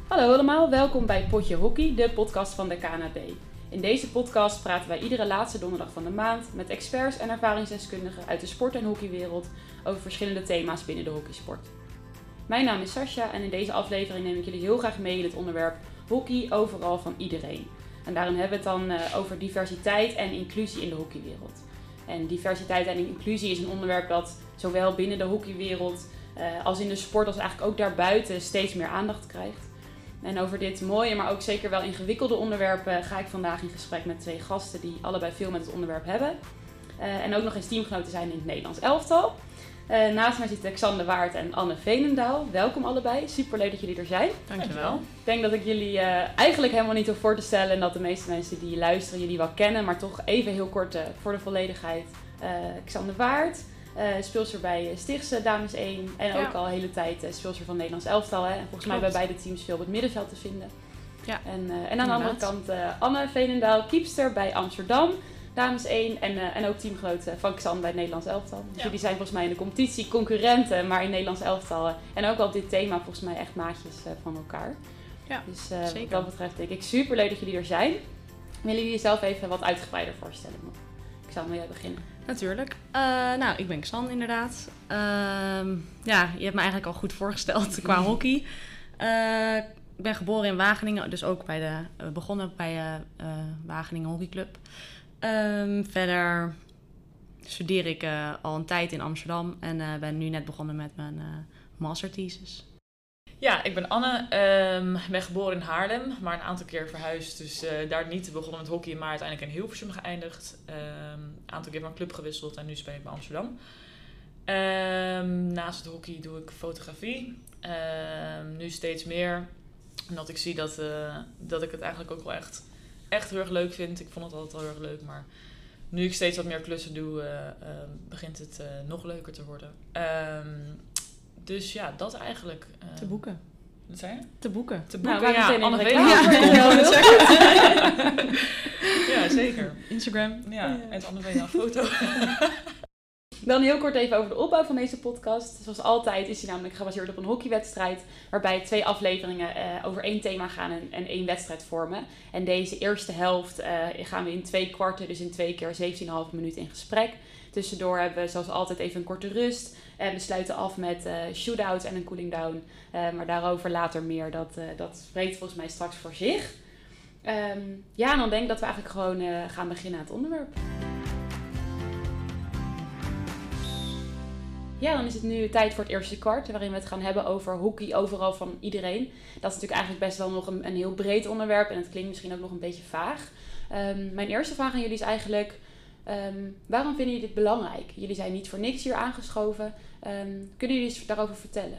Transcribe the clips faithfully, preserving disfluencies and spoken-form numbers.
Hallo allemaal, welkom bij Potje Hockey, de podcast van de K N H B. In deze podcast praten wij iedere laatste donderdag van de maand met experts en ervaringsdeskundigen uit de sport- en hockeywereld over verschillende thema's binnen de hockeysport. Mijn naam is Sascha en in deze aflevering neem ik jullie heel graag mee in het onderwerp hockey overal van iedereen. En daarin hebben we het dan uh, over diversiteit en inclusie in de hockeywereld. En diversiteit en inclusie is een onderwerp dat zowel binnen de hockeywereld uh, als in de sport als eigenlijk ook daarbuiten steeds meer aandacht krijgt. En over dit mooie, maar ook zeker wel ingewikkelde onderwerp uh, ga ik vandaag in gesprek met twee gasten die allebei veel met het onderwerp hebben. Uh, en ook nog eens teamgenoten zijn in het Nederlands elftal. Uh, naast mij zitten Xander Waard en Anne Veenendaal. Welkom allebei, superleuk dat jullie er zijn. Dankjewel. Ik denk dat ik jullie uh, eigenlijk helemaal niet hoef voor te stellen en dat de meeste mensen die luisteren jullie wel kennen, maar toch even heel kort uh, voor de volledigheid. Uh, Xander Waard, uh, speelster bij Stichtse Dames één en Ja. ook al een hele tijd uh, speelster van Nederlands elftal. Hè? En volgens mij bij Klopt. beide teams veel op het middenveld te vinden. Ja, En, uh, en aan de andere inderdaad. kant uh, Anne Veenendaal, keepster bij Amsterdam Dames één en, uh, en ook teamgenoot uh, van Xan bij het Nederlands elftal. Dus Ja. jullie zijn volgens mij in de competitie concurrenten, maar in Nederlands elftal. Uh, en ook al op dit thema volgens mij echt maatjes uh, van elkaar. Ja, dus uh, wat zeker. dat betreft denk ik super leuk dat jullie er zijn. Willen jullie jezelf even wat uitgebreider voorstellen? Ik zal met jij beginnen. Natuurlijk. Uh, nou, ik ben Xan inderdaad. Uh, ja, je hebt me eigenlijk al goed voorgesteld qua hockey. Uh, ik ben geboren in Wageningen, dus ook bij de, uh, begonnen bij uh, uh, Wageningen Hockeyclub. Um, verder studeer ik uh, al een tijd in Amsterdam en uh, ben nu net begonnen met mijn uh, masterthesis. Ja, ik ben Anne. Ik um, ben geboren in Haarlem, maar een aantal keer verhuisd. Dus uh, daar niet begonnen met hockey, maar uiteindelijk in Hilversum geëindigd. Een um, aantal keer van club gewisseld en nu speel ik bij Amsterdam. Um, naast het hockey doe ik fotografie. Um, nu steeds meer. Omdat ik zie dat, uh, dat ik het eigenlijk ook wel echt, echt heel erg leuk vind. Ik vond het altijd al heel erg leuk, maar nu ik steeds wat meer klussen doe, uh, uh, begint het uh, nog leuker te worden. Um, Dus ja, dat eigenlijk. Uh, Te boeken. Wat zei je? Te boeken. Te boeken, Nou, ja. meteen Anne in Veenendaal. reclame. Ja, ja, zeker. Instagram. Ja, en Anne Veenendaal foto. Dan heel kort even over de opbouw van deze podcast. Zoals altijd is die namelijk gebaseerd op een hockeywedstrijd, waarbij twee afleveringen uh, over één thema gaan en, en één wedstrijd vormen. En deze eerste helft uh, gaan we in twee kwarten, dus in twee keer zeventien komma vijf minuten in gesprek. Tussendoor hebben we zoals altijd even een korte rust. En we sluiten af met uh, shootouts en een cooling down. Uh, maar daarover later meer. Dat, uh, dat spreekt volgens mij straks voor zich. Um, ja, en dan denk ik dat we eigenlijk gewoon uh, gaan beginnen aan het onderwerp. Ja, dan is het nu tijd voor het eerste kwart, waarin we het gaan hebben over hockey overal van iedereen. Dat is natuurlijk eigenlijk best wel nog een, een heel breed onderwerp en het klinkt misschien ook nog een beetje vaag. Um, mijn eerste vraag aan jullie is eigenlijk, um, waarom vinden jullie dit belangrijk? Jullie zijn niet voor niks hier aangeschoven. Um, kunnen jullie eens daarover vertellen?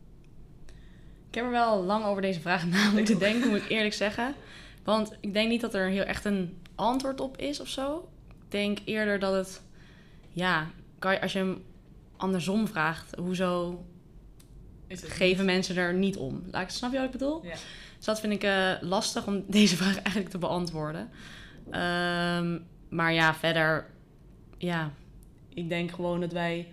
Ik heb er wel lang over deze vraag na moeten denken, moet ik eerlijk zeggen. Want ik denk niet dat er heel echt een antwoord op is of zo. Ik denk eerder dat het, ja, kan je, als je hem andersom vraagt, hoezo Is het geven mensen er niet om? Laat ik, snap je wat ik bedoel? Ja. Dus dat vind ik uh, lastig om deze vraag eigenlijk te beantwoorden. Um, maar ja, verder, ja, ik denk gewoon dat wij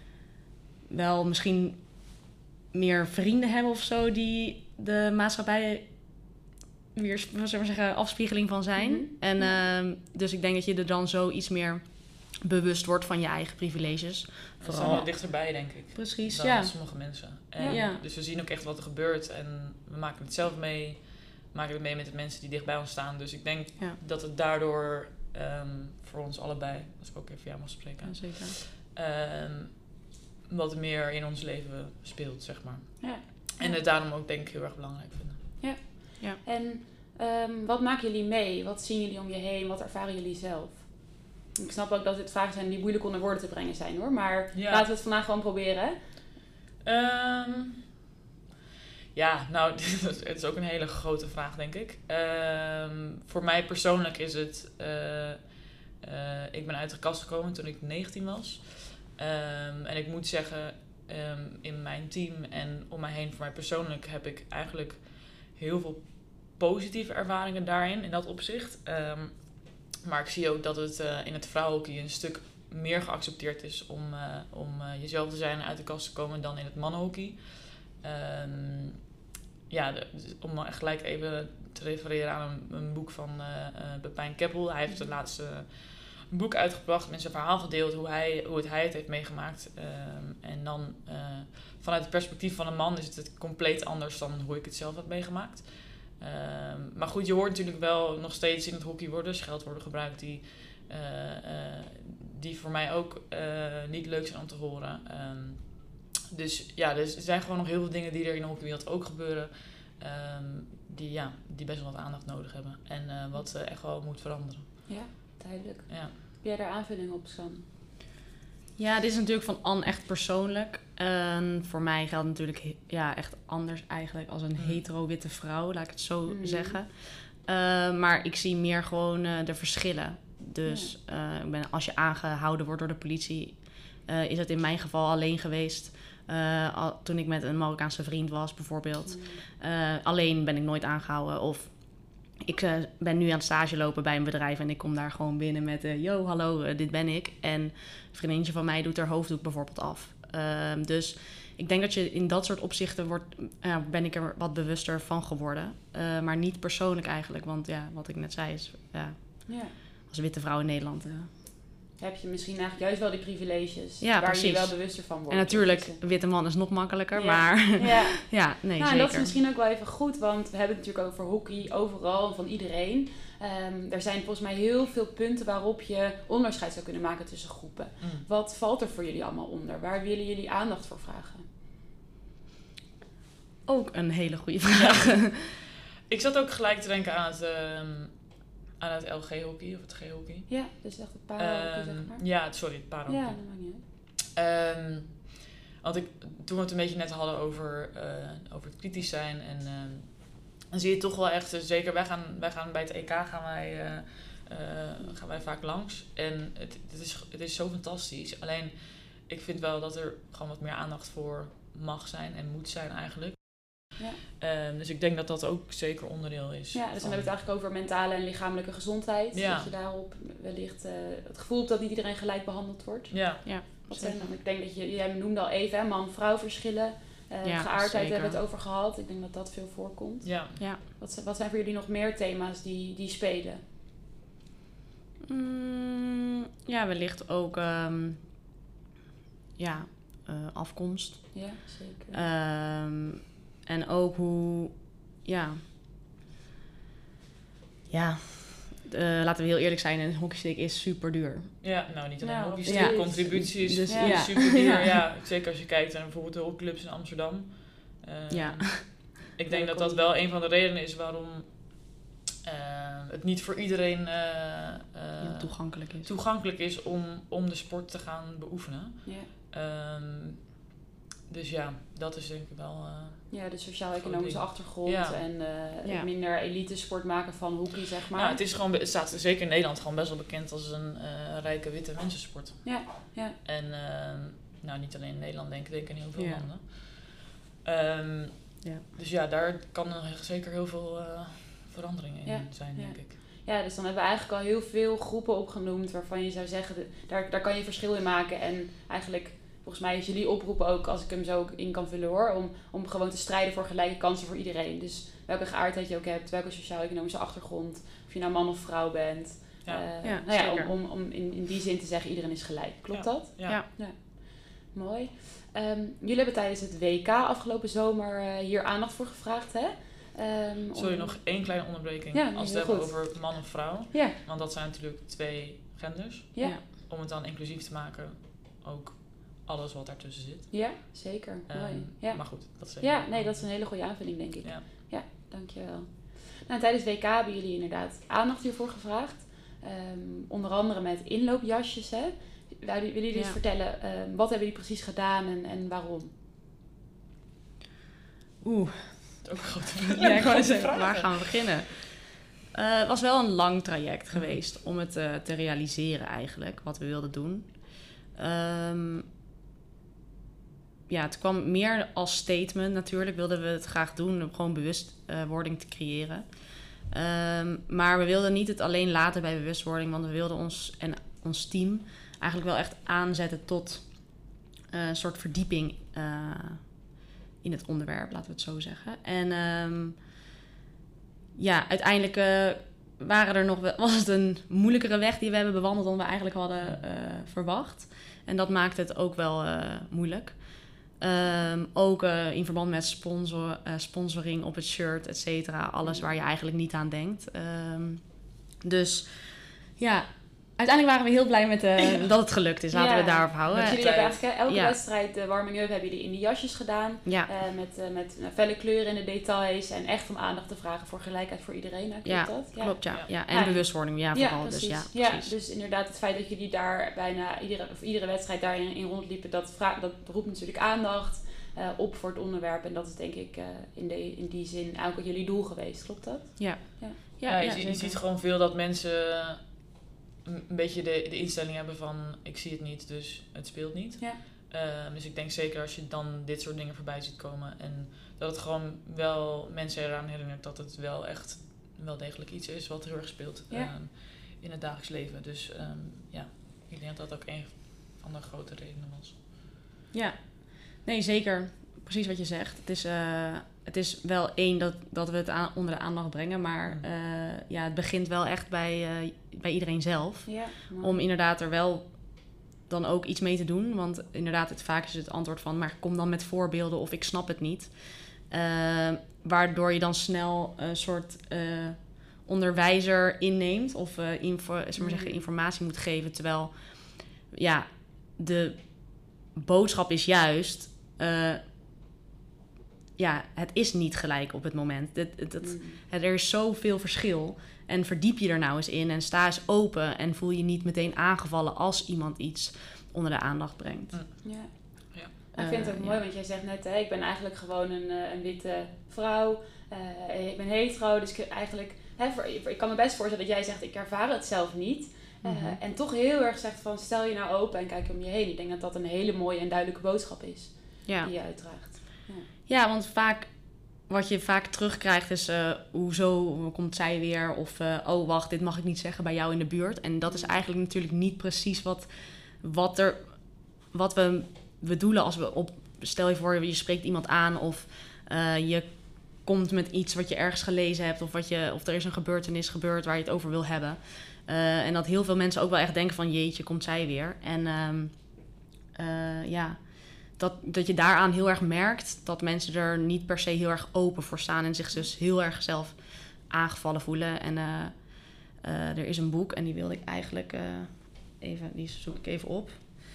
wel misschien meer vrienden hebben of zo die de maatschappij weer, zullen we zeggen, afspiegeling van zijn. Mm-hmm. En ja. uh, dus ik denk dat je er dan zo iets meer bewust wordt van je eigen privileges. We staan wel dichterbij, denk ik. Precies, dan ja. sommige mensen. En Ja. Dus we zien ook echt wat er gebeurt en we maken het zelf mee. We maken het mee met de mensen die dicht bij ons staan. Dus ik denk Ja. dat het daardoor um, voor ons allebei, als ik ook even jou mag spreken, Ja, zeker. Um, wat meer in ons leven speelt, zeg maar. Ja. En het daarom ook denk ik heel erg belangrijk vinden. Ja. Ja. En um, wat maken jullie mee? Wat zien jullie om je heen? Wat ervaren jullie zelf? Ik snap ook dat dit vragen zijn die moeilijk onder woorden te brengen zijn hoor. Maar Ja. laten we het vandaag gewoon proberen. Um, ja, nou, het is ook een hele grote vraag, denk ik. Um, voor mij persoonlijk is het... Uh, uh, ik ben uit de kast gekomen toen ik negentien was. Um, en ik moet zeggen, um, in mijn team en om mij heen, voor mij persoonlijk, heb ik eigenlijk heel veel positieve ervaringen daarin, in dat opzicht. Um, maar ik zie ook dat het uh, in het vrouwenhockey een stuk meer geaccepteerd is om, uh, om uh, jezelf te zijn en uit de kast te komen dan in het mannenhockey. Um, ja, de, om gelijk even te refereren aan een, een boek van uh, uh, Pepijn Keppel. Hij heeft de laatste een boek uitgebracht met zijn verhaal gedeeld hoe, hij, hoe het hij het heeft meegemaakt. Um, en dan uh, vanuit het perspectief van een man is het, het compleet anders dan hoe ik het zelf heb meegemaakt. Um, maar goed, je hoort natuurlijk wel nog steeds in het hockey worden scheldwoorden gebruikt die, uh, uh, die voor mij ook uh, niet leuk zijn om te horen. Um, dus ja, dus er zijn gewoon nog heel veel dingen die er in de hockeywereld ook gebeuren. Um, die, ja, die best wel wat aandacht nodig hebben. En uh, wat uh, echt wel moet veranderen. Ja, duidelijk. Ja. Heb jij daar aanvulling op, San? Ja, dit is natuurlijk van Anne echt persoonlijk. En voor mij geldt natuurlijk he- ja, echt anders eigenlijk als een Mm. hetero-witte vrouw, laat ik het zo Mm. zeggen. Uh, maar ik zie meer gewoon uh, de verschillen. Dus uh, ik ben, als je aangehouden wordt door de politie, uh, is het in mijn geval alleen geweest. Uh, al, toen ik met een Marokkaanse vriend was bijvoorbeeld. Mm. Uh, alleen ben ik nooit aangehouden. Of ik uh, ben nu aan het stage lopen bij een bedrijf en ik kom daar gewoon binnen met uh, yo, hallo, uh, dit ben ik. En een vriendinnetje van mij doet haar hoofddoek bijvoorbeeld af. Uh, dus ik denk dat je in dat soort opzichten wordt, uh, ben ik er wat bewuster van geworden. Uh, maar niet persoonlijk eigenlijk, want ja, wat ik net zei is, uh, Ja. als witte vrouw in Nederland. Uh, Heb je misschien eigenlijk juist wel die privileges Ja, waar je je precies. wel bewuster van wordt. en natuurlijk, Dus, een witte man is nog makkelijker, Ja. maar ja. ja, nee, Nou, en zeker. dat is misschien ook wel even goed, want we hebben het natuurlijk over hockey overal, van iedereen. Um, er zijn volgens mij heel veel punten waarop je onderscheid zou kunnen maken tussen groepen. Mm. Wat valt er voor jullie allemaal onder? Waar willen jullie aandacht voor vragen? Ook een hele goede vraag. Ik zat ook gelijk te denken aan het, um, aan het L G-hockey of het G-hockey. Ja, dus echt het para-hockey, zeg Um, maar. ja, het- sorry, het para-hockey. Ja, dat maakt niet uit. Um, want ik, toen we het een beetje net hadden over, uh, over het kritisch zijn. En um, dan zie je toch wel echt, uh, zeker wij gaan, wij gaan bij het E K gaan wij, uh, uh, gaan wij vaak langs. En het, het, is, het is zo fantastisch. Alleen ik vind wel dat er gewoon wat meer aandacht voor mag zijn en moet zijn eigenlijk. Ja. Um, dus ik denk dat dat ook zeker onderdeel is. Ja, dus dan van- hebben we het eigenlijk over mentale en lichamelijke gezondheid. Ja. Dat je daarop wellicht uh, het gevoel hebt dat niet iedereen gelijk behandeld wordt. Ja, Wat zijn dan? Ik denk dat je, jij noemde al even, hè, man-vrouw verschillen. Uh, Ja, geaardheid zeker. hebben we het over gehad. Ik denk dat dat veel voorkomt. ja. Wat, zijn- wat zijn voor jullie nog meer thema's die, die spelen? Mm, ja, wellicht ook um, ja, uh, afkomst. Ja, zeker. Um, en ook hoe, ja, ja, uh, laten we heel eerlijk zijn, een hockeystick is super duur. Ja, nou niet alleen Nou, hockeystick, ja. contributie is Dus, ja. ja. super duur. Ja. Ja. Zeker als je kijkt naar bijvoorbeeld de hockeyclubs in Amsterdam. Uh, Ja. Ik denk dat dat wel een van de redenen is waarom uh, het niet voor iedereen uh, uh, Ja, toegankelijk is. toegankelijk is om, om de sport te gaan beoefenen. Ja. Um, dus ja, dat is denk ik wel... Uh, Ja, de sociaal-economische ding. achtergrond Ja. en uh, Ja. het minder elite sport maken van hockey, zeg maar. nou, het is gewoon, het staat zeker in Nederland gewoon best wel bekend als een uh, rijke witte mensensport. Ja, ja. En uh, nou, niet alleen in Nederland, denk ik, denk ik in heel veel Ja. landen. Um, Ja. Dus ja, daar kan er zeker heel veel uh, veranderingen in Ja, zijn, ja. denk ik. Ja, dus dan hebben we eigenlijk al heel veel groepen opgenoemd waarvan je zou zeggen, de, daar, daar kan je verschil in maken. En eigenlijk, volgens mij is jullie oproep ook, als ik hem zo ook in kan vullen hoor, om, om gewoon te strijden voor gelijke kansen voor iedereen. Dus welke geaardheid je ook hebt, welke sociaal-economische achtergrond, of je nou man of vrouw bent. Ja. Uh, Ja, nou ja, zeker. om, om, om in, in die zin te zeggen, iedereen is gelijk. Klopt Ja. dat? Ja. Ja. Mooi. Um, jullie hebben tijdens het W K afgelopen zomer uh, hier aandacht voor gevraagd, hè? Um, Sorry, om- nog één kleine onderbreking. Ja, nee, als we heel het hebben goed. over man of vrouw. Ja, Want dat zijn natuurlijk twee genders. ja, Ja. Om het dan inclusief te maken, ook alles wat daartussen zit. ja, zeker. Um, Mooi. Ja. Maar goed, dat is Ja, nee, dat is een hele goede aanvulling, denk ik. Ja. Ja, dankjewel. Nou, tijdens W K hebben jullie inderdaad aandacht hiervoor gevraagd. Um, onder andere met inloopjasjes, hè? Willen willen jullie eens Ja. vertellen, um, wat hebben jullie precies gedaan en, en waarom? Oeh, Dat is ook een grote ja, ik wou grote net zeggen, vraag. waar gaan we beginnen? Uh, het was wel een lang traject geweest om het uh, te realiseren eigenlijk, wat we wilden doen. Um, ja, het kwam meer als statement natuurlijk. Wilden we het graag doen om gewoon bewustwording te creëren. Um, maar we wilden niet het alleen laten bij bewustwording, want we wilden ons en ons team eigenlijk wel echt aanzetten tot uh, een soort verdieping uh, in het onderwerp, laten we het zo zeggen. En um, ja, uiteindelijk uh, waren er nog wel, was het een moeilijkere weg die we hebben bewandeld dan we eigenlijk hadden uh, verwacht. En dat maakt het ook wel uh, moeilijk. Um, ook uh, in verband met sponsor, uh, sponsoring op het shirt, et cetera. Alles waar je eigenlijk niet aan denkt. Um, dus ja, uiteindelijk waren we heel blij met uh, ja. dat het gelukt is. Laten ja. we het daarop houden. Want jullie hebben eigenlijk elke ja. wedstrijd de warming-up hebben jullie in die jasjes gedaan. Ja. Uh, met, uh, met uh, felle kleuren in de details. En echt om aandacht te vragen voor gelijkheid voor iedereen. Klopt ja, dat? Ja, klopt. Ja. Ja. Ja. En ja. bewustwording, ja, vooral. Ja, dus, ja, ja, dus inderdaad het feit dat jullie daar bijna iedere, of iedere wedstrijd daarin in rondliepen, dat, vra- dat roept natuurlijk aandacht uh, op voor het onderwerp. En dat is denk ik uh, in, de, in die zin eigenlijk jullie doel geweest. Klopt dat? Ja. Ja, ja, ja, je, je ziet gewoon veel dat mensen een beetje de, de instelling hebben van ik zie het niet, dus het speelt niet. Ja. Uh, dus ik denk zeker als je dan dit soort dingen voorbij ziet komen en dat het gewoon wel mensen eraan herinnert dat het wel echt wel degelijk iets is wat heel erg speelt ja. um, in het dagelijks leven. Dus um, ja, ik denk dat dat ook een van de grote redenen was. Ja, nee zeker. Precies wat je zegt. Het is, uh, het is wel één dat, dat we het aan, onder de aandacht brengen, maar uh, ja, het begint wel echt bij, uh, bij iedereen zelf. Ja, om inderdaad er wel dan ook iets mee te doen. Want inderdaad, het, vaak is het antwoord van, maar kom dan met voorbeelden of ik snap het niet. Uh, waardoor je dan snel een soort uh, onderwijzer inneemt of uh, info, zeg maar zeggen, informatie moet geven. Terwijl ja, de boodschap is juist, uh, ja, het is niet gelijk op het moment. Het, het, het, mm. het, er is zoveel verschil. En verdiep je er nou eens in en sta eens open en voel je niet meteen aangevallen als iemand iets onder de aandacht brengt. Mm. Ja. Ja. Uh, ik vind het ook mooi, ja. want jij zegt net, hè, ik ben eigenlijk gewoon een, een witte vrouw. Uh, ik ben hetero, dus ik eigenlijk, hè, voor, ik kan me best voorstellen dat jij zegt, ik ervaar het zelf niet. Uh, mm-hmm. En toch heel erg zegt van, stel je nou open en kijk om je heen. Ik denk dat dat een hele mooie en duidelijke boodschap is ja. die je uitdraagt. Ja. ja, want vaak, wat je vaak terugkrijgt is, uh, hoezo komt zij weer? Of, uh, oh wacht, dit mag ik niet zeggen bij jou in de buurt. En dat is eigenlijk natuurlijk niet precies wat, wat, er, wat we bedoelen als we op, stel je voor, je spreekt iemand aan of uh, je komt met iets wat je ergens gelezen hebt of, wat je, of er is een gebeurtenis gebeurd waar je het over wil hebben. Uh, en dat heel veel mensen ook wel echt denken van jeetje, komt zij weer. En um, uh, ja, dat, dat je daaraan heel erg merkt dat mensen er niet per se heel erg open voor staan en zich dus heel erg zelf aangevallen voelen. En uh, uh, er is een boek en die wilde ik eigenlijk uh, even, die zoek ik even op.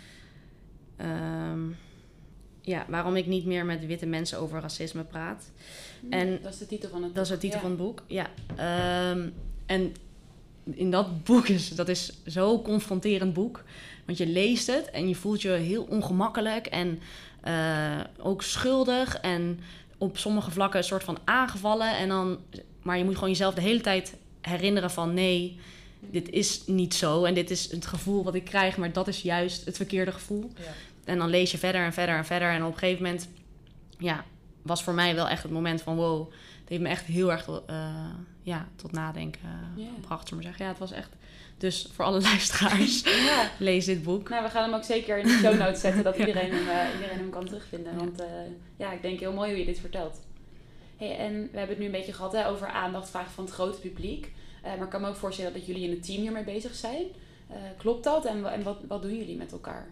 Um, ja, waarom ik niet meer met witte mensen over racisme praat. En dat is de titel van het boek. Dat is de titel ja. van het boek, ja. Um, en in dat boek is, dat is zo'n confronterend boek. Want je leest het en je voelt je heel ongemakkelijk en uh, ook schuldig. En op sommige vlakken een soort van aangevallen. En dan, maar je moet gewoon jezelf de hele tijd herinneren van nee, dit is niet zo. En dit is het gevoel wat ik krijg, maar dat is juist het verkeerde gevoel. Ja. En dan lees je verder en verder en verder. En op een gegeven moment, ja, was voor mij wel echt het moment van wow. Het heeft me echt heel erg uh, ja, tot nadenken uh, yeah. gebracht, zullen we zeggen. Ja, het was echt. Dus voor alle luisteraars, ja. lees dit boek. Nou, we gaan hem ook zeker in de show notes zetten, dat iedereen, ja. hem, uh, iedereen hem kan terugvinden. Ja. Want uh, ja, ik denk heel mooi hoe je dit vertelt. Hey, en we hebben het nu een beetje gehad hè, over aandacht vragen van het grote publiek. Uh, maar ik kan me ook voorstellen dat jullie in het team hiermee bezig zijn. Uh, klopt dat? En, en wat, wat doen jullie met elkaar?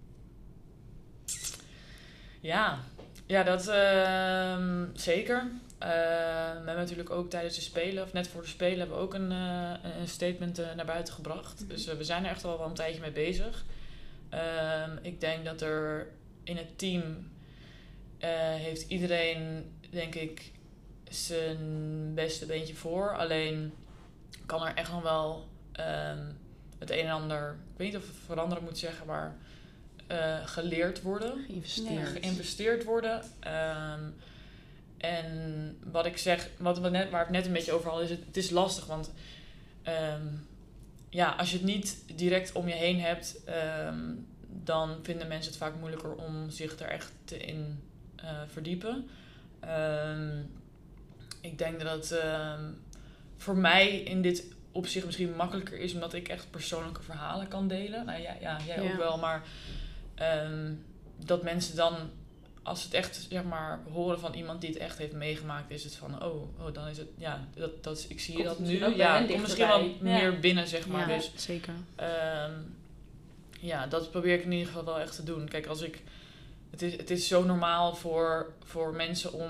Ja, ja dat uh, zeker. Uh, we hebben natuurlijk ook tijdens de Spelen, of net voor de Spelen, hebben we ook een, uh, een statement uh, naar buiten gebracht. Mm-hmm. Dus uh, we zijn er echt al wel een tijdje mee bezig. Uh, ik denk dat er in het team uh, heeft iedereen, denk ik, zijn beste beentje voor. Alleen kan er echt nog wel uh, het een en ander, ik weet niet of het veranderen moet zeggen, maar uh, geleerd worden. Geïnvesteerd. Geïnvesteerd worden. Um, En wat ik zeg, wat we net, waar we het net een beetje over hadden, is het, het is lastig. Want um, ja, als je het niet direct om je heen hebt, um, dan vinden mensen het vaak moeilijker om zich er echt in uh, verdiepen. Um, ik denk dat het um, voor mij in dit opzicht misschien makkelijker is, omdat ik echt persoonlijke verhalen kan delen. Nou ja, ja jij ja. ook wel, maar um, dat mensen dan als ze het echt, zeg maar, horen van iemand die het echt heeft meegemaakt, is het van, oh, oh dan is het, ja, dat, dat is, ik zie Komt dat het nu. misschien ook Ja, bij hen het komt misschien wel dichterbij. Ja. meer binnen, zeg maar. Ja, Dus zeker. um, ja, dat probeer ik in ieder geval wel echt te doen. Kijk, als ik, het is, het is zo normaal voor, voor mensen om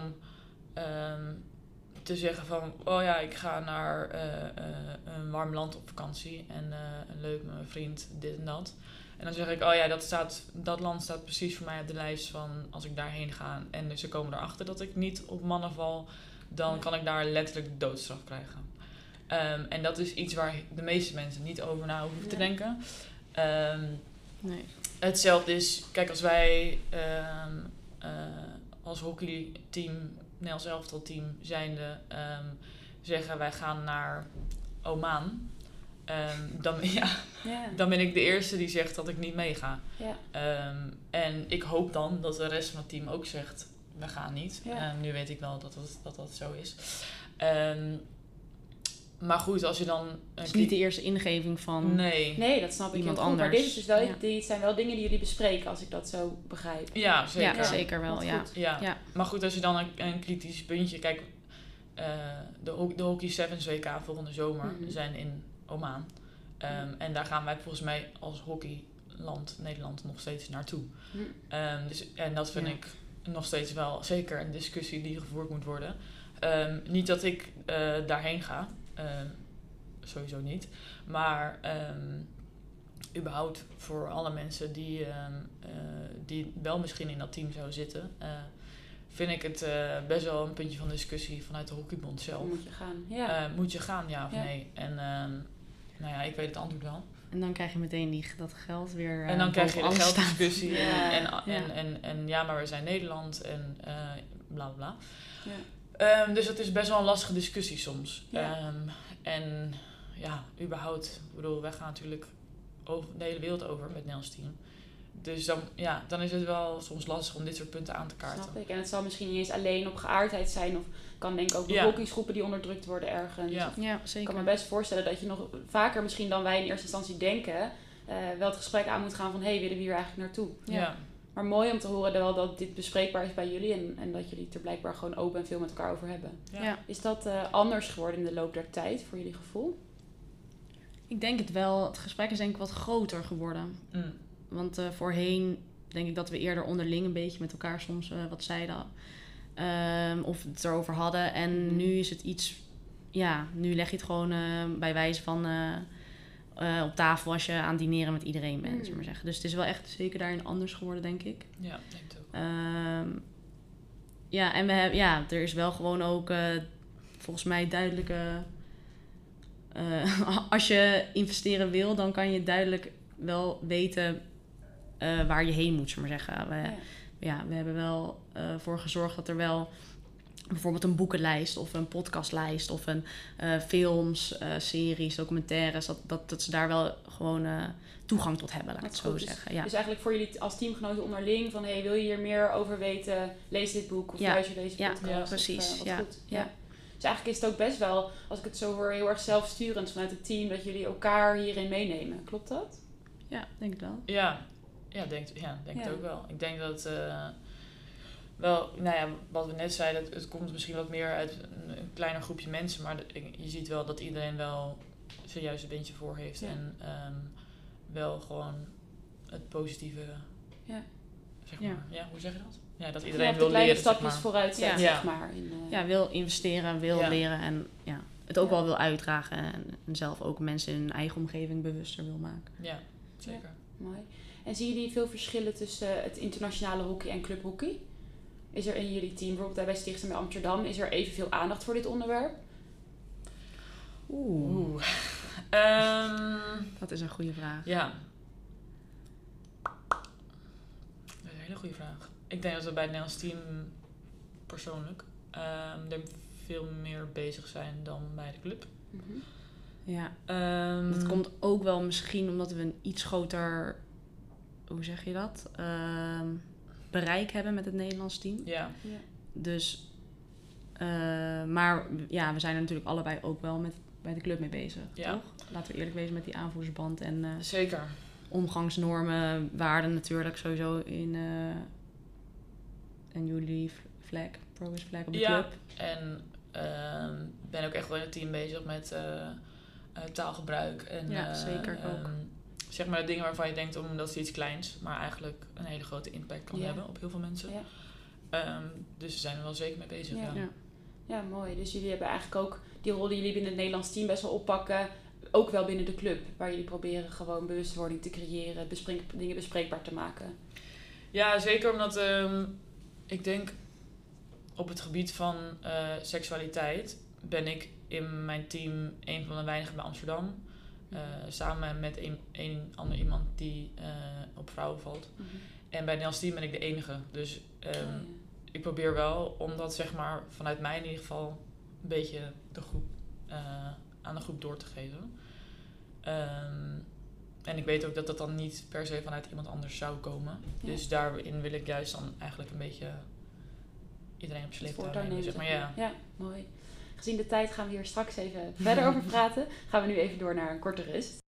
um, te zeggen van, oh ja, ik ga naar uh, uh, een warm land op vakantie en uh, een leuk met mijn vriend, dit en dat. En dan zeg ik, oh ja, dat, staat, dat land staat precies voor mij op de lijst van als ik daarheen ga. En dus ze komen erachter dat ik niet op mannen val, dan Ja. kan ik daar letterlijk de doodstraf krijgen. Um, en dat is iets waar de meeste mensen niet over na hoeven Ja. te denken. Um, Nee. hetzelfde is, kijk, als wij um, uh, als hockeyteam, Nederlands elftal team zijnde, um, zeggen wij gaan naar Oman. Um, dan, ja, Ja. dan ben ik de eerste die zegt dat ik niet meega. Ja. Um, en ik hoop dan dat de rest van het team ook zegt, we gaan niet. Ja. Um, nu weet ik wel dat dat, dat, dat zo is. Um, maar goed, als je dan... Het is niet de eerste ingeving van... Nee. Nee, dat snap ik Iemand heel goed. Maar anders. dit, is dus wel, Ja. dit zijn wel dingen die jullie bespreken, als ik dat zo begrijp. Ja, zeker. Ja, zeker wel, Wat ja. goed. Ja. Ja. Maar goed, als je dan een, een kritisch puntje... Kijk, uh, de, ho- de Hockey Sevens W K volgende zomer Mhm. zijn in Oman. Um, en daar gaan wij volgens mij als hockeyland Nederland nog steeds naartoe. Hm. Um, dus, en dat vind Ja. ik nog steeds wel zeker een discussie die gevoerd moet worden. Um, niet dat ik uh, daarheen ga. Um, sowieso niet. Maar um, überhaupt voor alle mensen die, um, uh, die wel misschien in dat team zouden zitten... Uh, vind ik het uh, best wel een puntje van discussie vanuit de hockeybond zelf. Dan moet je gaan. Ja. Uh, moet je gaan, ja of Ja. nee? En um, nou ja, ik weet het antwoord wel. En dan krijg je meteen die, dat geld weer uh, En dan krijg je de boven alles gelddiscussie. Ja. En, en, Ja. en, en, en ja, maar we zijn Nederland en uh, bla bla. Ja. Um, dus het is best wel een lastige discussie soms. Ja. Um, en ja, überhaupt, ik bedoel, wij gaan natuurlijk over de hele wereld over met het Nederlands team. Dus dan, ja, dan is het wel soms lastig om dit soort punten aan te kaarten. Snap ik. En het zal misschien niet eens alleen op geaardheid zijn. Of kan denk ik ook Ja. bevolkingsgroepen die onderdrukt worden ergens. Ja. Of Ja, ik zeker. kan me best voorstellen dat je nog vaker misschien dan wij in eerste instantie denken... Uh, wel het gesprek aan moet gaan van... hé, hey, willen we hier eigenlijk naartoe? Ja. Ja. Maar mooi om te horen wel dat dit bespreekbaar is bij jullie... en, en dat jullie het er blijkbaar gewoon open en veel met elkaar over hebben. Ja. Ja. Is dat uh, anders geworden in de loop der tijd voor jullie gevoel? Ik denk het wel. Het gesprek is denk ik wat groter geworden. Mm. Want uh, voorheen denk ik dat we eerder onderling een beetje met elkaar soms uh, wat zeiden. Um, of het erover hadden. En Mm. nu is het iets... Ja, nu leg je het gewoon uh, bij wijze van... Uh, uh, op tafel als je aan het dineren met iedereen bent, Mm. zullen we maar zeggen. Dus het is wel echt zeker daarin anders geworden, denk ik. Ja, denk het ook. Um, ja, en we hebben, ja, er is wel gewoon ook uh, volgens mij duidelijke... Uh, als je investeren wil, dan kan je duidelijk wel weten uh, waar je heen moet, zullen we maar zeggen. We, Ja. ja, we hebben wel uh, voor gezorgd dat er wel bijvoorbeeld een boekenlijst of een podcastlijst of een uh, films, uh, series, documentaires, dat, dat, dat ze daar wel gewoon uh, toegang tot hebben, laat ik Dat het is zo goed. zeggen. Ja. Dus eigenlijk voor jullie als teamgenoten onderling van... hé, hey, wil je hier meer over weten? Lees dit boek of Ja. luister deze Ja, podcast. ja, of, precies. uh, wat Ja. goed. Ja. Ja. Dus eigenlijk is het ook best wel, als ik het zo hoor, heel erg zelfsturend vanuit het team... dat jullie elkaar hierin meenemen. Klopt dat? Ja, denk ik wel. Ja, ja, denk, ja, denk Ja. het ook wel. Ik denk dat... Uh, wel, nou ja, wat we net zeiden, het, het komt misschien wat meer uit een, een kleiner groepje mensen, maar de, je ziet wel dat iedereen wel zijn juiste beentje voor heeft Ja. en um, wel gewoon het positieve, Ja. zeg Ja. maar, ja, hoe zeg je dat? Ja, dat iedereen Ja, de wil kleine leren, zeg stapjes maar. vooruit zetten, Ja. zeg maar. In, uh, Ja, wil investeren, wil Ja. leren en ja, het ook Ja. wel wil uitdragen en, en zelf ook mensen in hun eigen omgeving bewuster wil maken. Ja, zeker. Mooi. En zien jullie veel verschillen tussen het internationale hockey en clubhockey? Is er in jullie team, bijvoorbeeld bij Stichting bij Amsterdam, is er evenveel aandacht voor dit onderwerp? Oeh, Oeh. Um, dat is een goede vraag. ja. Dat is een hele goede vraag. Ik denk dat we bij het Nederlands team persoonlijk um, er veel meer bezig zijn dan bij de club. Mm-hmm. Ja, Um, dat komt ook wel misschien omdat we een iets groter, hoe zeg je dat, Ehm bereik hebben met het Nederlands team. Ja, Ja. Dus, uh, maar ja, we zijn er natuurlijk allebei ook wel met, bij de club mee bezig, Ja. toch? Laten we eerlijk wezen met die aanvoerdersband en uh, en jullie flag, progress flag op de ja, club. en uh, ben ook echt wel in het team bezig met uh, uh, taalgebruik. En, ja, uh, zeker um, ook. Zeg maar de dingen waarvan je denkt, omdat het iets kleins, maar eigenlijk een hele grote impact kan ja. hebben op heel veel mensen. Ja. Um, dus daar zijn we wel zeker mee bezig. Ja. Ja. Ja. ja, mooi. Dus jullie hebben eigenlijk ook die rol die jullie binnen het Nederlands team best wel oppakken, ook wel binnen de club, waar jullie proberen gewoon bewustwording te creëren, bespreek, dingen bespreekbaar te maken. Ja, zeker omdat um, ik denk op het gebied van uh, seksualiteit ben ik in mijn team een van de weinigen bij Amsterdam. Uh, samen met een, een ander iemand die uh, op vrouwen valt. Mm-hmm. En bij het Nederlands team ben ik de enige. Dus um, oh, ja. ik probeer wel om dat zeg maar vanuit mij in ieder geval een beetje de groep, uh, aan de groep door te geven. Um, en ik weet ook dat dat dan niet per se vanuit iemand anders zou komen. Ja. Dus daarin wil ik juist dan eigenlijk een beetje iedereen op sleeptouw nemen. Zeg maar, ja. ja, mooi. Gezien de tijd gaan we hier straks even verder over praten. Gaan we nu even door naar een korte rust.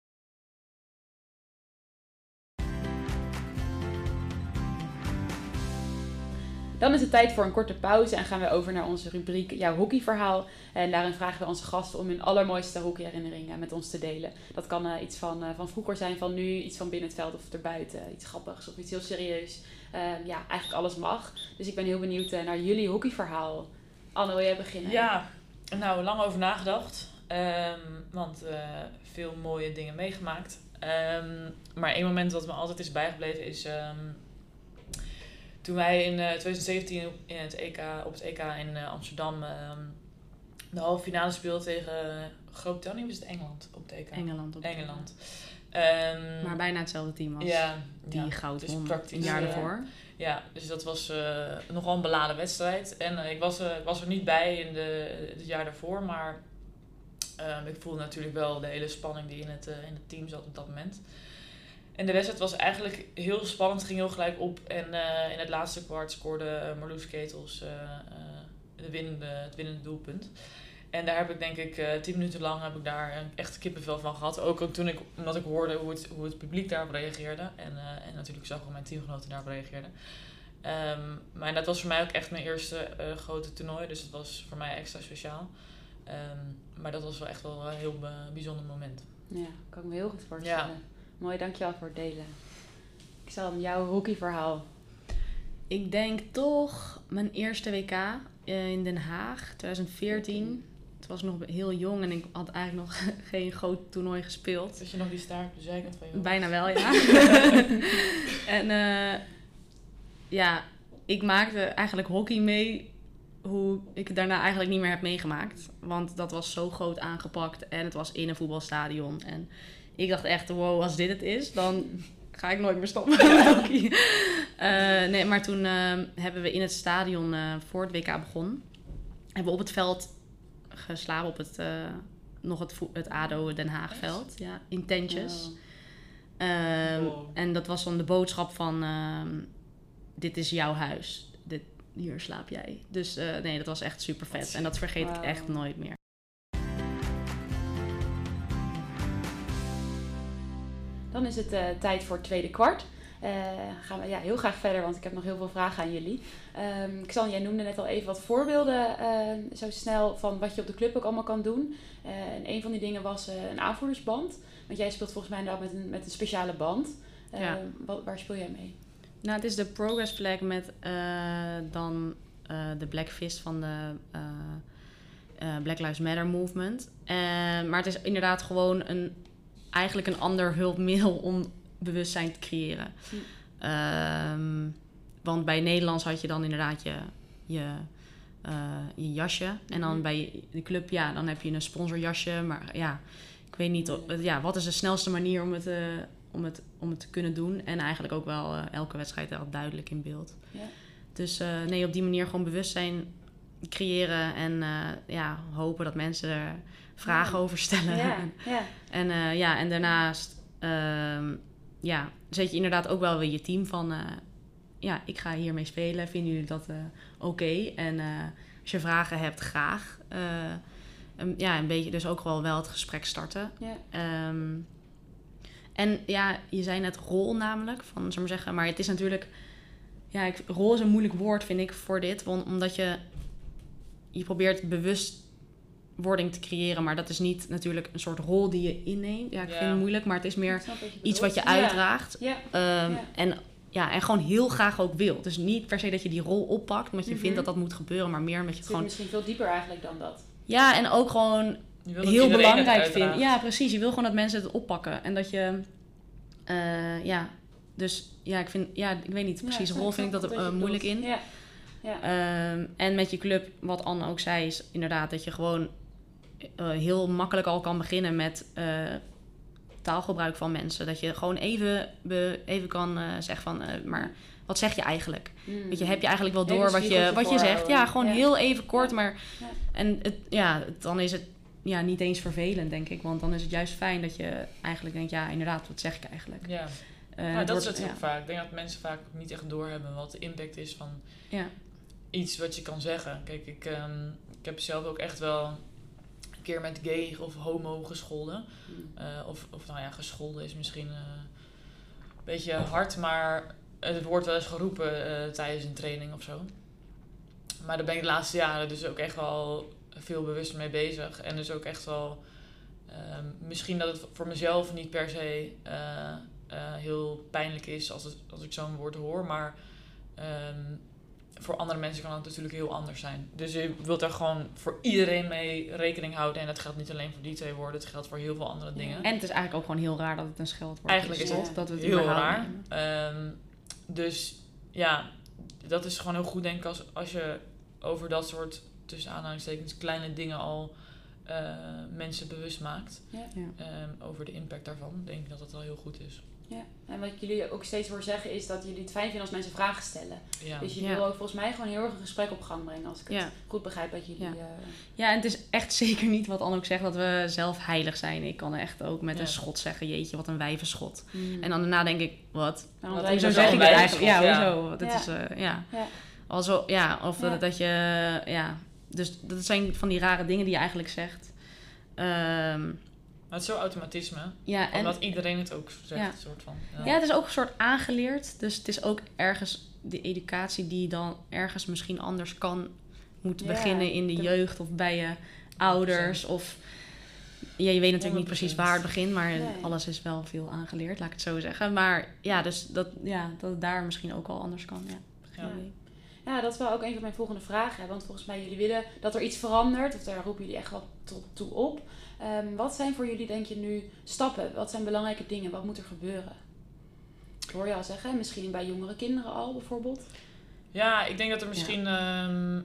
Dan is het tijd voor een korte pauze en gaan we over naar onze rubriek Jouw hockeyverhaal. En daarin vragen we onze gasten om hun allermooiste hockeyherinneringen met ons te delen. Dat kan uh, iets van, uh, van vroeger zijn, van nu, iets van binnen het veld of erbuiten. Iets grappigs of iets heel serieus. Uh, ja, eigenlijk alles mag. Dus ik ben heel benieuwd uh, naar jullie hockeyverhaal. Anne, wil jij beginnen? Ja, nou, lang over nagedacht. Um, want uh, veel mooie dingen meegemaakt. Um, maar één moment dat me altijd is bijgebleven is... Um, toen wij in uh, twintig zeventien in het E K, op het E K in uh, Amsterdam um, de halve finale speelden tegen Groot-Brittannië, of is het Engeland op het E K? Engeland. Op Engeland. Um, maar bijna hetzelfde team als ja, die ja, goud dus won een jaar daarvoor. Ja, dus dat was uh, nogal een beladen wedstrijd. En uh, ik was, uh, was er niet bij in de, het jaar daarvoor, maar um, ik voelde natuurlijk wel de hele spanning die in het, uh, in het team zat op dat moment. En de wedstrijd was eigenlijk heel spannend, ging heel gelijk op. En uh, in het laatste kwart scoorde uh, Marloes Ketels uh, uh, de winnende, het winnende doelpunt. En daar heb ik denk ik uh, tien minuten lang heb ik daar echt kippenvel van gehad. Ook toen ik, omdat ik hoorde hoe het, hoe het publiek daarop reageerde. En, uh, en natuurlijk zag hoe mijn teamgenoten daarop reageerden. Um, maar dat was voor mij ook echt mijn eerste uh, grote toernooi. Dus het was voor mij extra speciaal. Um, maar dat was wel echt wel een heel uh, bijzonder moment. Ja, kan ik me heel goed voorstellen. Ja. Mooi, dankjewel voor het delen. Ik zal jouw hockeyverhaal. Ik denk toch mijn eerste W K in Den Haag, twintig veertien. Het was nog heel jong en ik had eigenlijk nog geen groot toernooi gespeeld. Was je nog die staart op de zijkant van je? Bijna wel, ja. en uh, ja, ik maakte eigenlijk hockey mee hoe ik het daarna eigenlijk niet meer heb meegemaakt. Want dat was zo groot aangepakt en het was in een voetbalstadion. En ik dacht echt, wow, als dit het is, dan ga ik nooit meer stoppen met hockey. Uh, nee, maar toen uh, hebben we in het stadion uh, voor het W K begon. Hebben we op het veld geslapen, op het, uh, nog het, vo- het A D O Den Haag veld. Ja, in tentjes. Wow. Um, wow. En dat was dan de boodschap van, uh, dit is jouw huis. Dit, hier slaap jij. Dus uh, nee, dat was echt super vet. En dat vergeet wow. ik echt nooit meer. Dan is het uh, tijd voor het tweede kwart. Uh, gaan we ja, heel graag verder, want ik heb nog heel veel vragen aan jullie. Um, Xan, jij noemde net al even wat voorbeelden uh, zo snel van wat je op de club ook allemaal kan doen. Uh, en een van die dingen was uh, een aanvoerdersband. Want jij speelt volgens mij inderdaad met een, met een speciale band. Uh, ja. wat, waar speel jij mee? Nou, het is de Progress Flag met uh, dan uh, de Black Fist van de uh, uh, Black Lives Matter movement. Uh, maar het is inderdaad gewoon een... eigenlijk een ander hulpmiddel om bewustzijn te creëren. Hm. Um, want bij Nederlands had je dan inderdaad je, je, uh, je jasje. En dan hm. bij de club, ja, dan heb je een sponsorjasje. Maar ja, ik weet niet, ja, wat is de snelste manier om het, uh, om het, om het te kunnen doen? En eigenlijk ook wel uh, elke wedstrijd al duidelijk in beeld. Ja. Dus uh, nee, op die manier gewoon bewustzijn creëren en uh, ja, hopen dat mensen er vragen ja. over stellen. Ja, ja. En, uh, ja, en daarnaast uh, ja, zet je inderdaad ook wel weer je team van... Uh, ja, ik ga hiermee spelen. Vinden jullie dat uh, oké? Okay? En uh, als je vragen hebt, graag. Uh, um, ja, een beetje dus ook wel wel het gesprek starten. Ja. Um, en ja, je zei net rol namelijk, van, zal maar zeggen. Maar het is natuurlijk... Ja, ik, rol is een moeilijk woord, vind ik, voor dit. Want, omdat je... Je probeert bewustwording te creëren, maar dat is niet natuurlijk een soort rol die je inneemt. Ja, ik Ja. vind het moeilijk, maar het is meer Ik snap wat je iets wat je bedoelt. uitdraagt. Ja. Ehm, Ja. en, ja, en gewoon heel graag ook wil. Dus niet per se dat je die rol oppakt, omdat je Mhm. vindt dat dat moet gebeuren, maar meer omdat je Het het zit gewoon... misschien veel dieper eigenlijk dan dat. Ja, en ook gewoon Je wil dat heel iedereen het belangrijk uitdraagt. vindt. Ja, precies. Je wil gewoon dat mensen het oppakken. En dat je... eh, ja, dus ja, ik vind... Ja, ik weet niet precies. Ja, rol vind ik dat snap wat er je uh, moeilijk bedoelt. in. Ja. Ja. Ehm, en met je club, wat Anne ook zei, is inderdaad dat je gewoon uh, heel makkelijk al kan beginnen met uh, taalgebruik van mensen. Dat je gewoon even, be, even kan uh, zeggen van, uh, maar wat zeg je eigenlijk? Mm. Weet je, heb je eigenlijk wel Even door wat je, spiegeltje wat je zegt? voorhouden. Ja, gewoon Ja. heel even kort, Ja. maar... Ja. En het, ja, dan is het ja, niet eens vervelend, denk ik. Want dan is het juist fijn dat je eigenlijk denkt, ja, inderdaad, wat zeg ik eigenlijk? Ja, Uh, nou, het dat is wordt- het heel ja. vaak. Ik denk dat mensen vaak ook niet echt doorhebben wat de impact is van Ja. iets wat je kan zeggen. Kijk, ik, um, ik heb zelf ook echt wel een keer met gay of homo gescholden. Mm. Uh, of, of nou ja, gescholden is misschien uh, een beetje hard, maar het wordt wel eens geroepen uh, tijdens een training of zo. Maar daar ben ik de laatste jaren dus ook echt wel veel bewuster mee bezig. En dus ook echt wel... Um, misschien dat het voor mezelf niet per se uh, uh, heel pijnlijk is als, het, als ik zo'n woord hoor. Maar um, voor andere mensen kan het natuurlijk heel anders zijn. Dus je wilt daar gewoon voor iedereen mee rekening houden. En dat geldt niet alleen voor die twee woorden. Het geldt voor heel veel andere dingen. En het is eigenlijk ook gewoon heel raar dat het een scheldwoord Eigenlijk is. is toch? het dat we het heel überhaupt raar. nemen. Um, dus ja, dat is gewoon heel goed denk ik als, als je over dat soort, tussen aanhalingstekens, kleine dingen al uh, mensen bewust maakt. Ja. Ja. Um, over de impact daarvan, denk ik dat dat wel heel goed is. Ja. En wat jullie ook steeds horen zeggen is dat jullie het fijn vinden als mensen vragen stellen. Ja, Dus je Ja. wil ook volgens mij gewoon heel erg een gesprek op gang brengen. Als ik het Ja. goed begrijp dat jullie... Ja. uh, Ja, en het is echt zeker niet wat Anne ook zegt, dat we zelf heilig zijn. Ik kan echt ook met Ja. een schot zeggen, jeetje, wat een wijvenschot. mm. En dan daarna denk ik, wat? Waarom Wat zei je Hoezo dat zeg zo? ik wel het een eigenlijk? Ja, wijvenschot, ja. hoezo? Dat Ja. is, uh, ja. Ja. Also, ja, of Ja. Dat, dat je, ja. Dus dat zijn van die rare dingen die je eigenlijk zegt. Ehm, maar het is zo automatisme, ja, en... omdat iedereen het ook zegt, Ja. soort van. Ja, het is ook een soort aangeleerd. Dus het is ook ergens de educatie die dan ergens misschien anders kan moeten Ja, beginnen in de de- jeugd of bij je ouders. Of ja, je weet natuurlijk niet honderd precies procent. waar het begint, maar Nee. alles is wel veel aangeleerd, laat ik het zo zeggen. Maar ja, dus dat, ja, dat het daar misschien ook al anders kan. Ja, geen Ja. idee. Ja, dat is wel ook een van mijn volgende vragen. Want volgens mij jullie willen dat er iets verandert. Of daar roepen jullie echt wel tot toe op. Um, wat zijn voor jullie, denk je nu, stappen? Wat zijn belangrijke dingen? Wat moet er gebeuren? Ik hoor je al zeggen, misschien bij jongere kinderen al bijvoorbeeld. Ja, ik denk dat er misschien... Um,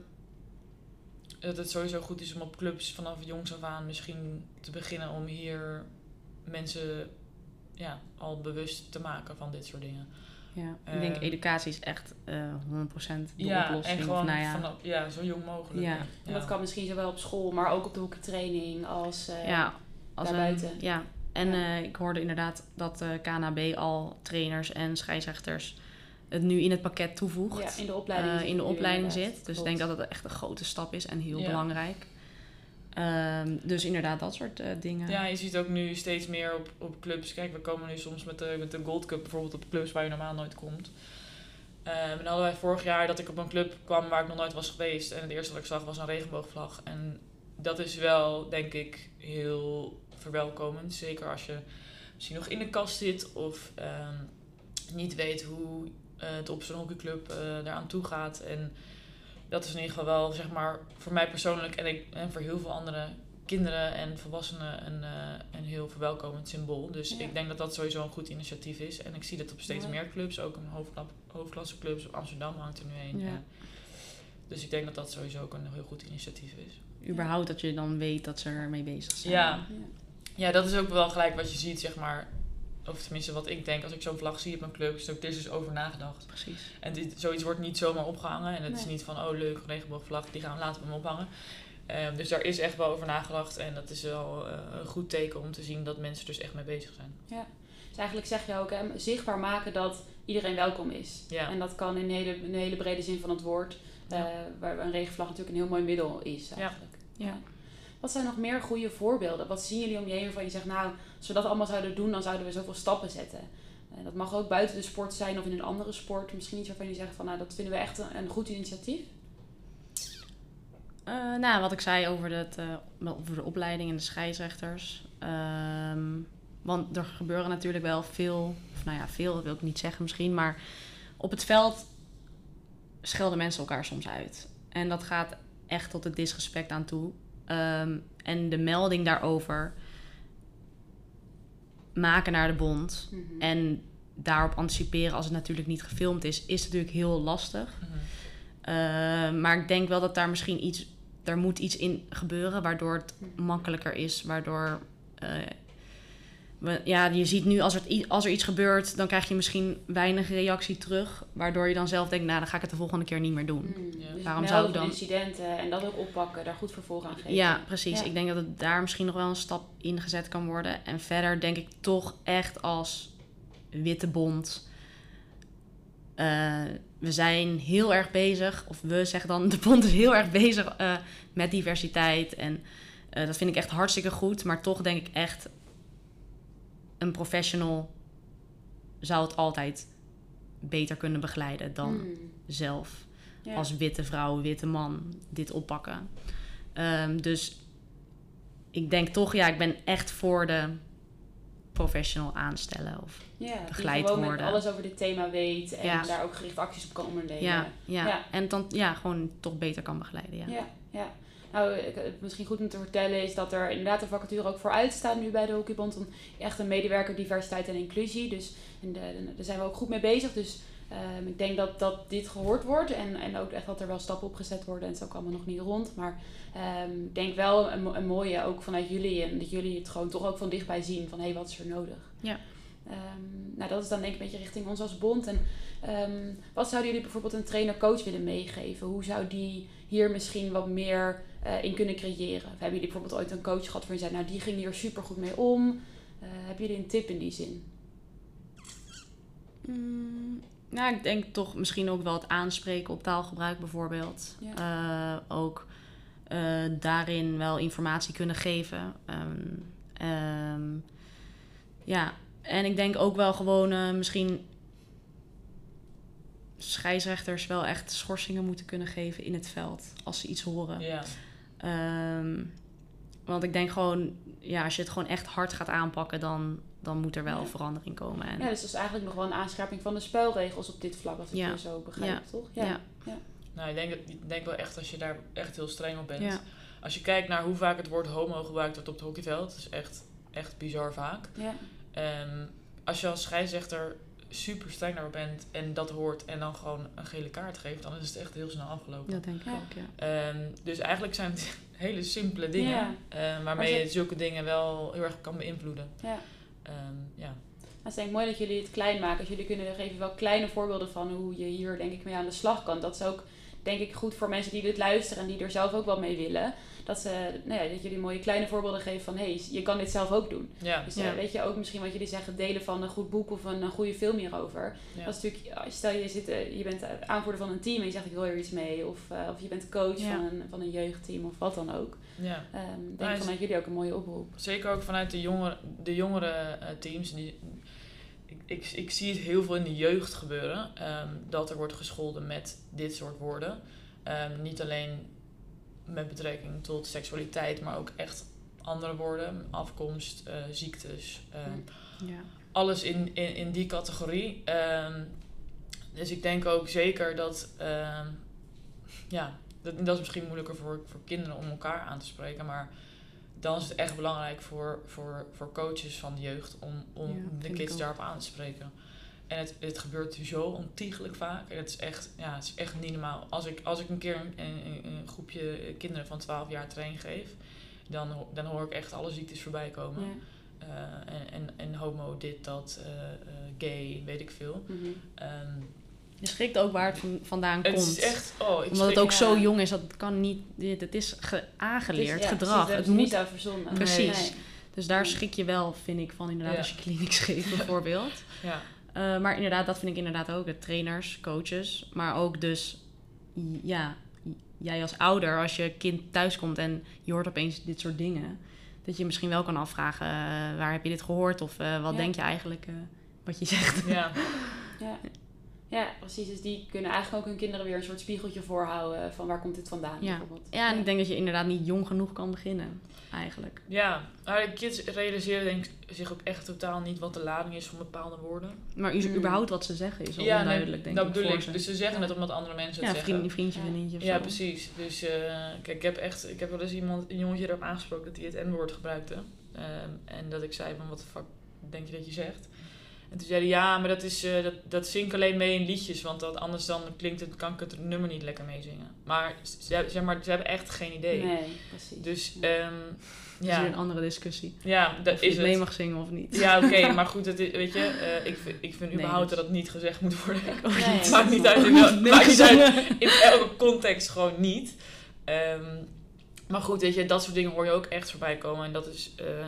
dat het sowieso goed is om op clubs vanaf jongs af aan misschien te beginnen om hier mensen ja, al bewust te maken van dit soort dingen. Ja, ik denk Ehm, educatie is echt uh, honderd procent de ja, oplossing. en gewoon Of nou ja, vanaf, ja, zo jong mogelijk. Ja. En dat kan misschien zowel op school, maar ook op de hockeytraining als uh, ja, als een, daarbuiten. ja, en Ja. uh, ik hoorde inderdaad dat de K N H B al trainers en scheidsrechters het nu in het pakket toevoegt. Ja, in de opleiding, uh, zit in de nu opleiding inderdaad. zit. Dus ik Klopt. denk dat dat echt een grote stap is en heel Ja. belangrijk. Um, dus inderdaad, dat soort uh, dingen. Ja, je ziet ook nu steeds meer op, op clubs. Kijk, we komen nu soms met de, met de Gold Cup bijvoorbeeld op clubs waar je normaal nooit komt. Um, en dan hadden wij vorig jaar dat ik op een club kwam waar ik nog nooit was geweest. En het eerste wat ik zag was een regenboogvlag. En dat is wel, denk ik, heel verwelkomend. Zeker als je misschien nog in de kast zit of um, niet weet hoe uh, het op zo'n hockeyclub uh, daaraan toe gaat. En dat is in ieder geval wel, zeg maar, voor mij persoonlijk en, ik, en voor heel veel andere kinderen en volwassenen een, uh, een heel verwelkomend symbool. Dus Ja. ik denk dat dat sowieso een goed initiatief is. En ik zie dat op steeds Ja. meer clubs, ook een hoofdkla- hoofdklasseclubs op Amsterdam hangt er nu een. Ja. Ja. Dus ik denk dat dat sowieso ook een heel goed initiatief is. Überhaupt dat je dan weet dat ze ermee bezig zijn. Ja. Ja. Ja, dat is ook wel gelijk wat je ziet, zeg maar. Of tenminste wat ik denk, als ik zo'n vlag zie op een club, is er ook er is dus over nagedacht. Precies. En dit, zoiets wordt niet zomaar opgehangen. En het is Nee. niet van, oh leuk, regenboogvlag, die gaan we laten we hem ophangen. Um, dus daar is echt wel over nagedacht. En dat is wel uh, een goed teken om te zien dat mensen er dus echt mee bezig zijn. Dus eigenlijk zeg je ook, hè, zichtbaar maken dat iedereen welkom is. Ja. En dat kan in een hele, een hele brede zin van het woord. Ja. Uh, waar een regenvlag natuurlijk een heel mooi middel is eigenlijk. Ja. Wat zijn nog meer goede voorbeelden? Wat zien jullie om je heen waarvan je zegt, nou, als we dat allemaal zouden doen, dan zouden we zoveel stappen zetten. Uh, dat mag ook buiten de sport zijn of in een andere sport. Misschien iets waarvan jullie zeggen van, nou, dat vinden we echt een, een goed initiatief. Uh, nou, wat ik zei over, het, uh, over de opleiding en de scheidsrechters. Um, want er gebeuren natuurlijk wel veel, of nou ja, veel wil ik niet zeggen misschien, maar op het veld schelden mensen elkaar soms uit. En dat gaat echt tot het disrespect aan toe. Um, en de melding daarover maken naar de bond mm-hmm. en daarop anticiperen als het natuurlijk niet gefilmd is, is natuurlijk heel lastig. Mm-hmm. Uh, maar ik denk wel dat daar misschien iets, er moet iets in gebeuren waardoor het makkelijker is, waardoor uh, we, ja, je ziet nu als er, als er iets gebeurt, dan krijg je misschien weinig reactie terug, waardoor je dan zelf denkt, nou, dan ga ik het de volgende keer niet meer doen. Mm, ja. Dus waarom zou ik dan incidenten en dat ook oppakken, daar goed vervolg aan geven? Ja, precies. Ja. Ik denk dat het daar misschien nog wel een stap in gezet kan worden. En verder denk ik toch echt als Witte Bond, uh, we zijn heel erg bezig, of we zeggen dan, de bond is heel erg bezig uh, met diversiteit. En uh, dat vind ik echt hartstikke goed. Maar toch denk ik echt, een professional zou het altijd beter kunnen begeleiden dan mm. zelf. Ja. Als witte vrouw, witte man, dit oppakken. Um, dus ik denk toch, ja, ik ben echt voor de professional aanstellen of ja, begeleid die gewoon worden. Met alles over dit thema weet en ja. daar ook gericht acties op kan ondernemen. Ja, ja. ja. en dan ja, gewoon toch beter kan begeleiden. Ja, ja. ja. Nou, misschien goed om te vertellen is dat er inderdaad een vacature ook voor uitstaat nu bij de Hockeybond. Een, echt een medewerker diversiteit en inclusie. Dus en de, de, daar zijn we ook goed mee bezig. Dus um, ik denk dat, dat dit gehoord wordt. En, en ook echt dat er wel stappen opgezet worden. En het is ook allemaal nog niet rond. Maar ik um, denk wel een, een mooie ook vanuit jullie. En dat jullie het gewoon toch ook van dichtbij zien. Van hé, hey, wat is er nodig? Ja. Um, nou, dat is dan denk ik een beetje richting ons als bond. En um, wat zouden jullie bijvoorbeeld een trainer-coach willen meegeven? Hoe zou die hier misschien wat meer uh, in kunnen creëren? Of hebben jullie bijvoorbeeld ooit een coach gehad waar je zei, nou, die ging hier super goed mee om? Uh, hebben jullie een tip in die zin? Mm, nou, ik denk toch misschien ook wel het aanspreken op taalgebruik bijvoorbeeld. Ja. Uh, ook uh, daarin wel informatie kunnen geven. Um, um, ja, en ik denk ook wel gewoon uh, misschien scheidsrechters wel echt schorsingen moeten kunnen geven in het veld als ze iets horen. Ja. Um, want ik denk gewoon, ja, als je het gewoon echt hard gaat aanpakken, dan, dan moet er wel ja. verandering komen. En ja, dus dat is eigenlijk nog wel een aanscherping van de spelregels op dit vlak, als ik ja. je zo begrijp, ja. toch? Ja. ja. ja. Nou, ik denk, ik denk wel echt als je daar echt heel streng op bent. Ja. Als je kijkt naar hoe vaak het woord homo gebruikt wordt op het hockeyveld, dat is echt, echt bizar vaak. Ja. Um, als je als scheidsrechter super streng daarop bent en dat hoort en dan gewoon een gele kaart geeft, dan is het echt heel snel afgelopen. Dat denk ik ja. ook, ja. Um, dus eigenlijk zijn het hele simpele dingen, ja. uh, waarmee je zulke dingen wel heel erg kan beïnvloeden. Ja. Um, ja. Het is denk ik mooi dat jullie het klein maken. Dus jullie kunnen geven wel kleine voorbeelden van hoe je hier denk ik mee aan de slag kan. Dat is ook denk ik goed voor mensen die dit luisteren en die er zelf ook wel mee willen. Dat, ze, nou ja, dat jullie mooie kleine voorbeelden geven van hé, hey, je kan dit zelf ook doen. Ja. Dus ja. uh, weet je ook misschien wat jullie zeggen, delen van een goed boek of een, een goede film hierover. Ja. Dat is natuurlijk, stel je, zit, uh, je bent aanvoerder van een team en je zegt ik wil hier iets mee. Of, uh, of je bent coach ja. van, een, van een jeugdteam of wat dan ook. Ja. Um, denk nou, vanuit jullie ook een mooie oproep. Zeker ook vanuit de jongere, de jongere uh, teams. Die, ik, ik, ik zie het heel veel in de jeugd gebeuren. Um, dat er wordt gescholden met dit soort woorden. Um, niet alleen met betrekking tot seksualiteit, maar ook echt andere woorden. Afkomst, uh, ziektes. Um, ja. Alles in, in, in die categorie. Um, dus ik denk ook zeker dat... Um, ja, dat, dat is misschien moeilijker voor, voor kinderen om elkaar aan te spreken. Maar dan is het echt belangrijk voor, voor, voor coaches van de jeugd om, om ja, de kids daarop aan te spreken. En het, het gebeurt zo ontiegelijk vaak. En het is echt, ja, het is echt niet normaal. Als ik, als ik een keer een, een, een groepje kinderen van twaalf jaar training geef, dan, dan hoor ik echt alle ziektes voorbij komen. Ja. Uh, en, en, en homo, dit, dat, uh, uh, gay, weet ik veel. Mm-hmm. Um, je schrikt ook waar het van, vandaan het komt. Is echt, oh, ik Omdat het ook ja. zo jong is, dat kan niet, het is ge, aangeleerd het is, ja, gedrag. Het, het moet moet niet zelf verzonnen. Precies. Nee. Dus daar schrik je wel, vind ik, van inderdaad ja. als je clinics geeft bijvoorbeeld. Ja. Uh, maar inderdaad, dat vind ik inderdaad ook. De trainers, coaches, maar ook dus, ja, jij als ouder, als je kind thuiskomt en je hoort opeens dit soort dingen, dat je misschien wel kan afvragen, uh, waar heb je dit gehoord of uh, wat ja. denk je eigenlijk uh, wat je zegt. Ja. Ja. Ja, precies. Dus die kunnen eigenlijk ook hun kinderen weer een soort spiegeltje voorhouden van waar komt dit vandaan Ja, bijvoorbeeld. ja en ik denk dat je inderdaad niet jong genoeg kan beginnen, eigenlijk. Ja, maar de kids realiseren denk ik zich ook echt totaal niet wat de lading is van bepaalde woorden. Maar u- Mm. überhaupt wat ze zeggen is al Ja, onduidelijk, nee, denk dat ik. bedoel voor ik. ze. Dus ze zeggen Ja. het omdat andere mensen het Ja, zeggen. vriend, vriendje, Ja. vriendinnetje of Ja, zo. precies. Dus uh, kijk, ik heb echt, ik heb wel eens iemand, een jongetje erop aangesproken dat hij het N-woord gebruikte. Um, en dat ik zei van, wat de fuck denk je dat je zegt? En toen zei hij, ja, maar dat, is, uh, dat, dat zing ik alleen mee in liedjes, want dat, anders dan klinkt het, kan ik het nummer niet lekker meezingen. Maar ze, zeg maar, ze hebben echt geen idee. Nee, precies. Dus, Ja. um, Dat is ja, weer een andere discussie. ja, dat Of je is het het. mee mag zingen of niet. Ja, oké, okay, maar goed, het is, weet je, uh, ik, vind- ik vind Nee, überhaupt dus- dat het niet gezegd moet worden. Ik ook Nee, niet. Het maakt niet dat uit is in, welk- Nee, maakt niet uit gezongen. in elke context gewoon niet. Um, maar goed, weet je, dat soort dingen hoor je ook echt voorbij komen. En dat is, uh, uh,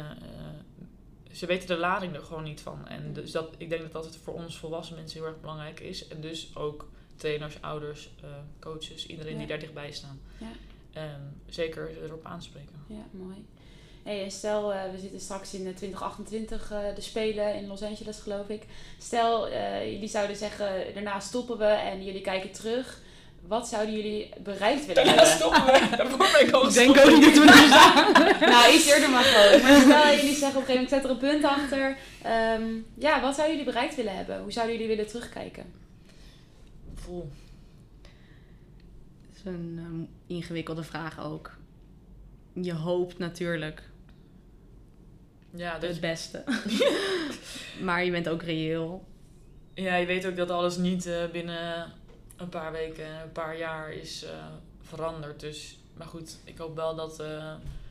ze weten de lading er gewoon niet van. En dus dat, ik denk dat dat het voor ons volwassen mensen heel erg belangrijk is. En dus ook trainers, ouders, uh, coaches, iedereen Ja. die daar dichtbij staan. Ja. Um, zeker erop aanspreken. Ja, mooi. Hey, en stel, uh, we zitten straks in twintig achtentwintig uh, de Spelen in Los Angeles, geloof ik. Stel, uh, jullie zouden zeggen, daarna stoppen we en jullie kijken terug. Wat zouden jullie bereikt willen Daarna hebben? stoppen we. Daarvoor ben ik al Ik denk gestopt. ook niet dat we er staan. Nou, iets eerder mag ook. Maar stel, jullie zeggen op een gegeven moment, ik zet er een punt achter. Um, ja, wat zouden jullie bereikt willen hebben? Hoe zouden jullie willen terugkijken? Vol. Dat is een um, ingewikkelde vraag ook. Je hoopt natuurlijk Ja, dus, het beste. Maar je bent ook reëel. ja, je weet ook dat alles niet uh, binnen een paar weken, een paar jaar is uh, veranderd. Dus, maar goed, ik hoop wel dat, uh,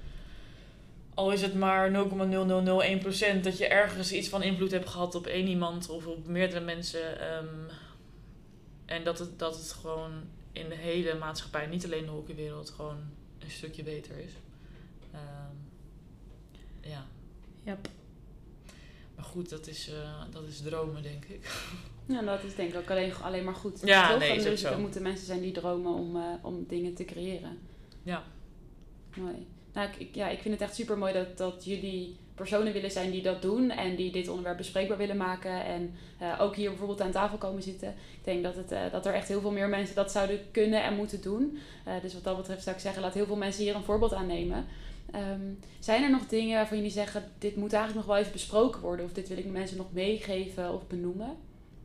al is het maar nul komma nul nul nul één procent, dat je ergens iets van invloed hebt gehad op één iemand of op meerdere mensen. Um, en dat het, dat het gewoon in de hele maatschappij, niet alleen de hockeywereld, gewoon een stukje beter is. Um, ja. Yep. Maar goed, dat is, uh, dat is dromen, denk ik. Ja, dat is denk ik ook alleen, alleen maar goed. Ja, toch? nee, En is ook dus zo. er moeten mensen zijn die dromen om, uh, om dingen te creëren. Ja. Mooi. Nou, ik, ik- ja, ik vind het echt super mooi dat, dat jullie personen willen zijn die dat doen en die dit onderwerp bespreekbaar willen maken en uh, ook hier bijvoorbeeld aan tafel komen zitten. Ik denk dat, het, uh, dat er echt heel veel meer mensen dat zouden kunnen en moeten doen. Uh, dus wat dat betreft zou ik zeggen, laat heel veel mensen hier een voorbeeld aan nemen. Um, zijn er nog dingen waarvan jullie zeggen, dit moet eigenlijk nog wel even besproken worden of dit wil ik mensen nog meegeven of benoemen?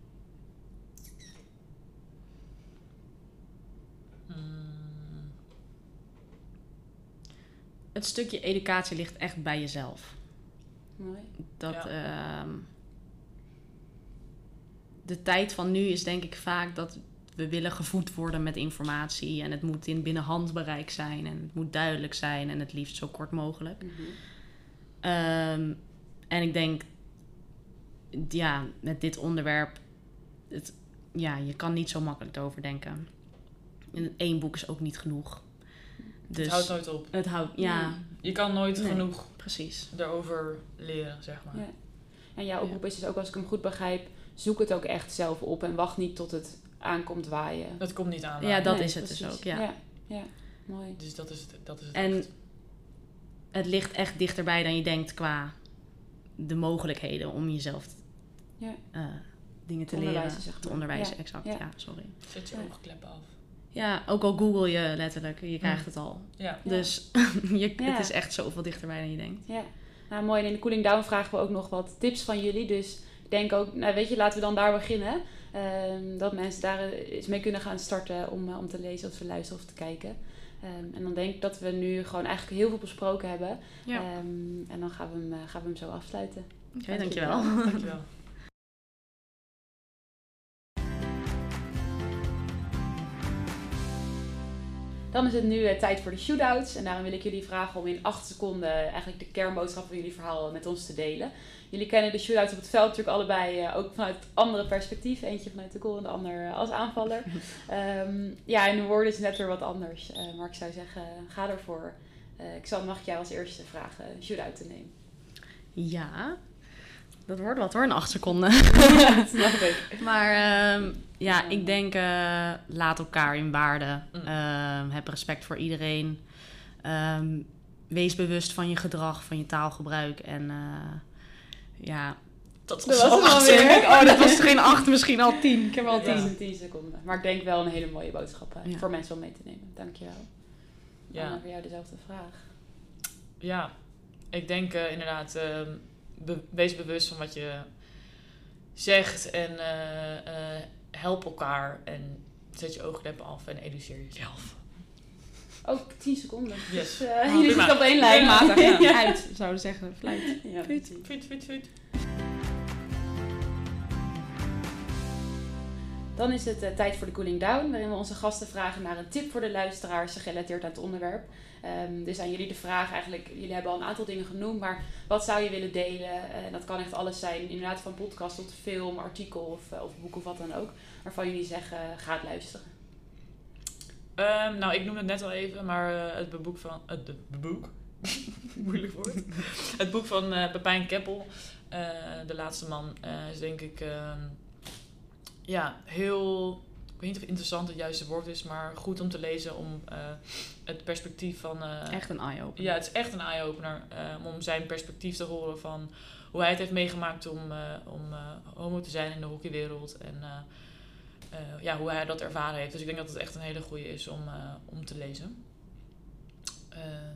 Mm, Het stukje educatie ligt echt bij jezelf. Mooi. Dat, Ja. ehm, de tijd van nu is denk ik vaak dat we willen gevoed worden met informatie. En het moet in binnen handbereik zijn. En het moet duidelijk zijn. En het liefst zo kort mogelijk. Mm-hmm. Um, en ik denk, ja, met dit onderwerp, het, ja, je kan niet zo makkelijk erover denken. En één boek is ook niet genoeg. Dus het houdt nooit op. het houdt, ja, Je kan nooit Nee. genoeg precies. erover leren, zeg maar. Ja. En jouw oproep is dus ook, als ik hem goed begrijp, zoek het ook echt zelf op en wacht niet tot het aankomt waaien. Dat komt niet aan. Ja, dat Nee, is het dus precies. ook, ja. ja. Ja, mooi. Dus dat is het, dat is het En echt. het ligt echt dichterbij dan je denkt qua de mogelijkheden om jezelf Ja. uh, dingen te, Te leren. onderwijzen, zeg Te maar. onderwijzen, Ja. exact. Ja. Ja, sorry. Zet je Ja. oogkleppen af. Ja, ook al google je letterlijk, je krijgt Mm. het al. Ja. Ja. Dus je, Ja. het is echt zoveel dichterbij dan je denkt. Ja, nou mooi. En in de cooling down vragen we ook nog wat tips van jullie. Dus ik denk ook, nou weet je, laten we dan daar beginnen. Um, dat mensen daar eens mee kunnen gaan starten om, uh, om te lezen of te luisteren of te kijken. Um, en dan denk ik dat we nu gewoon eigenlijk heel veel besproken hebben. Ja. Um, en dan gaan we, hem, uh, gaan we hem zo afsluiten. Oké, okay, dankjewel. Dankjewel. Dan is het nu uh, tijd voor de shootouts. En daarom wil ik jullie vragen om in acht seconden eigenlijk de kernboodschap van jullie verhaal met ons te delen. Jullie kennen de shootouts op het veld natuurlijk allebei uh, ook vanuit andere perspectief. Eentje vanuit de goal en de ander uh, als aanvaller. um, ja, en de woorden is net weer wat anders. Uh, maar ik zou zeggen, ga ervoor. Uh, ik zal, mag ik jou als eerste vragen een shootout te nemen? Ja, dat wordt wat hoor, in acht seconden. Ja, dat snap ik. Maar uh, ja, ik denk, uh, laat elkaar in waarde. Mm. Uh, heb respect voor iedereen. Um, wees bewust van je gedrag, van je taalgebruik. En uh, ja, Dat Dat was, was hem alweer. alweer. Oh, dat was geen acht, misschien al tien. Ik heb al Dat was tien. in tien seconden. Maar ik denk wel een hele mooie boodschap uh, Ja. voor mensen om mee te nemen. Dankjewel. Ja. Anna, voor jou dezelfde vraag. Ja, ik denk uh, inderdaad, uh, be- wees bewust van wat je zegt en uh, uh, help elkaar en zet je oogkleppen af en educeer jezelf. Ook tien seconden. Yes. Dus uh, Ah, jullie prima. zitten op één lijn. Matig, ja. Ja. Uit, zouden zeggen. Fluit. Ja, Fluit. precies. Fiet, fiet, fiet. Dan is het uh, tijd voor de cooling down, waarin we onze gasten vragen naar een tip voor de luisteraars gerelateerd aan het onderwerp. Um, dus aan jullie de vraag eigenlijk, jullie hebben al een aantal dingen genoemd, maar wat zou je willen delen? Uh, dat kan echt alles zijn, inderdaad van podcast tot film, artikel of, uh, of boek of wat dan ook, waarvan jullie zeggen, uh, ga het luisteren. Um, nou, ik noemde het net al even, maar uh, het boek van... Het uh, boek? Moeilijk woord. Het boek van uh, Pepijn Keppel, uh, De Laatste Man, uh, is denk ik... Uh, ja, heel... Ik weet niet of interessant het juiste woord is, maar goed om te lezen om uh, het perspectief van... Uh, Echt een eye-opener. Ja, het is echt een eye-opener uh, om zijn perspectief te horen van hoe hij het heeft meegemaakt om, uh, om uh, homo te zijn in de hockeywereld. En uh, uh, ja, hoe hij dat ervaren heeft. Dus ik denk dat het echt een hele goede is om, uh, om te lezen. Uh,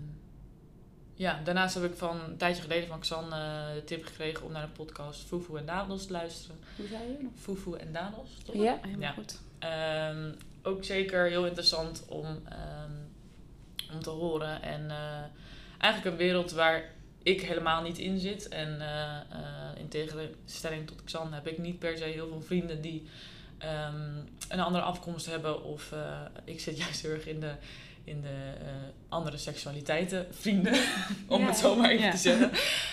ja, daarnaast heb ik van een tijdje geleden van Xan uh, de tip gekregen om naar de podcast Foefoe en Danos te luisteren. Hoe zei je nog? Foefoe en Danos, toch? Ja. Helemaal Ja. goed. Um, ook zeker heel interessant om, um, om te horen. En uh, eigenlijk een wereld waar ik helemaal niet in zit. En uh, uh, in tegenstelling tot Xan heb ik niet per se heel veel vrienden die um, een andere afkomst hebben. Of uh, ik zit juist heel erg in de, in de uh, andere seksualiteiten vrienden. om Ja. het zo maar even Ja. te zeggen.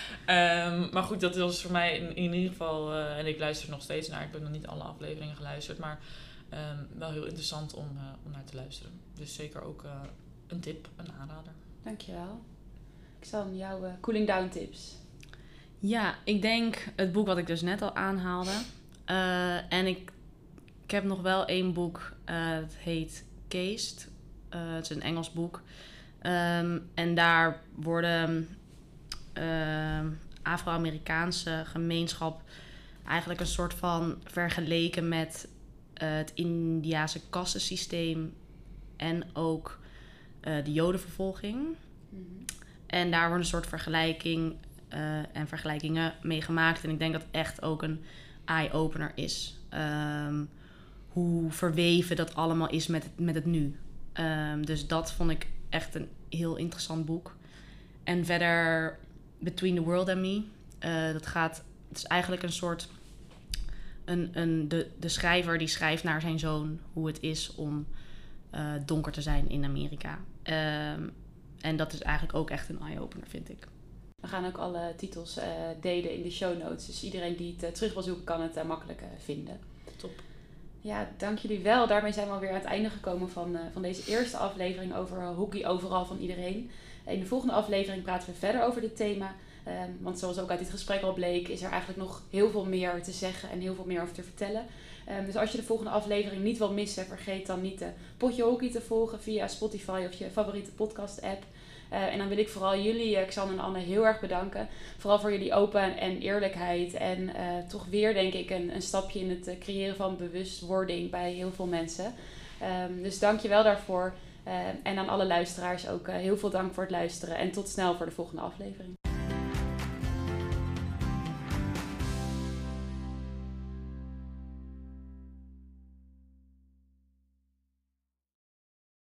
Um, maar goed, dat was voor mij in, in ieder geval... Uh, en ik luister er nog steeds naar. Ik heb nog niet alle afleveringen geluisterd. Maar um, wel heel interessant om, uh, om naar te luisteren. Dus zeker ook uh, een tip, een aanrader. Dankjewel. Xan, jouw uh, cooling down tips. Ja, ik denk het boek wat ik dus net al aanhaalde. Uh, en ik, ik heb nog wel één boek. Uh, het heet Cased. Uh, het is een Engels boek. Um, en daar worden uh, Afro-Amerikaanse gemeenschap eigenlijk een soort van vergeleken met uh, het Indiase kastensysteem en ook uh, de Jodenvervolging. Mm-hmm. En daar wordt een soort vergelijking uh, en vergelijkingen mee gemaakt. En ik denk dat het echt ook een eye-opener is. Um, hoe verweven dat allemaal is met het, met het nu. Um, dus dat vond ik echt een heel interessant boek. En verder Between the World and Me. Uh, dat gaat, het is eigenlijk een soort... Een, een, de, de schrijver die schrijft naar zijn zoon hoe het is om uh, donker te zijn in Amerika. Um, en dat is eigenlijk ook echt een eye-opener, vind ik. We gaan ook alle titels uh, delen in de show notes. Dus iedereen die het uh, terug wil zoeken, kan het uh, makkelijk uh, vinden. Top. Ja, dank jullie wel. Daarmee zijn we alweer aan het einde gekomen van, uh, van deze eerste aflevering over uh, hockey overal van iedereen. In de volgende aflevering praten we verder over dit thema. Um, want zoals ook uit dit gesprek al bleek, is er eigenlijk nog heel veel meer te zeggen en heel veel meer over te vertellen. Um, dus als je de volgende aflevering niet wil missen, vergeet dan niet de Potje Hockey te volgen via Spotify of je favoriete podcast app. Uh, en dan wil ik vooral jullie, uh, Xan en Anne, heel erg bedanken. Vooral voor jullie open en eerlijkheid. En uh, toch weer, denk ik, een, een stapje in het uh, creëren van bewustwording bij heel veel mensen. Um, dus dank je wel daarvoor. Uh, en aan alle luisteraars ook uh, heel veel dank voor het luisteren. En tot snel voor de volgende aflevering.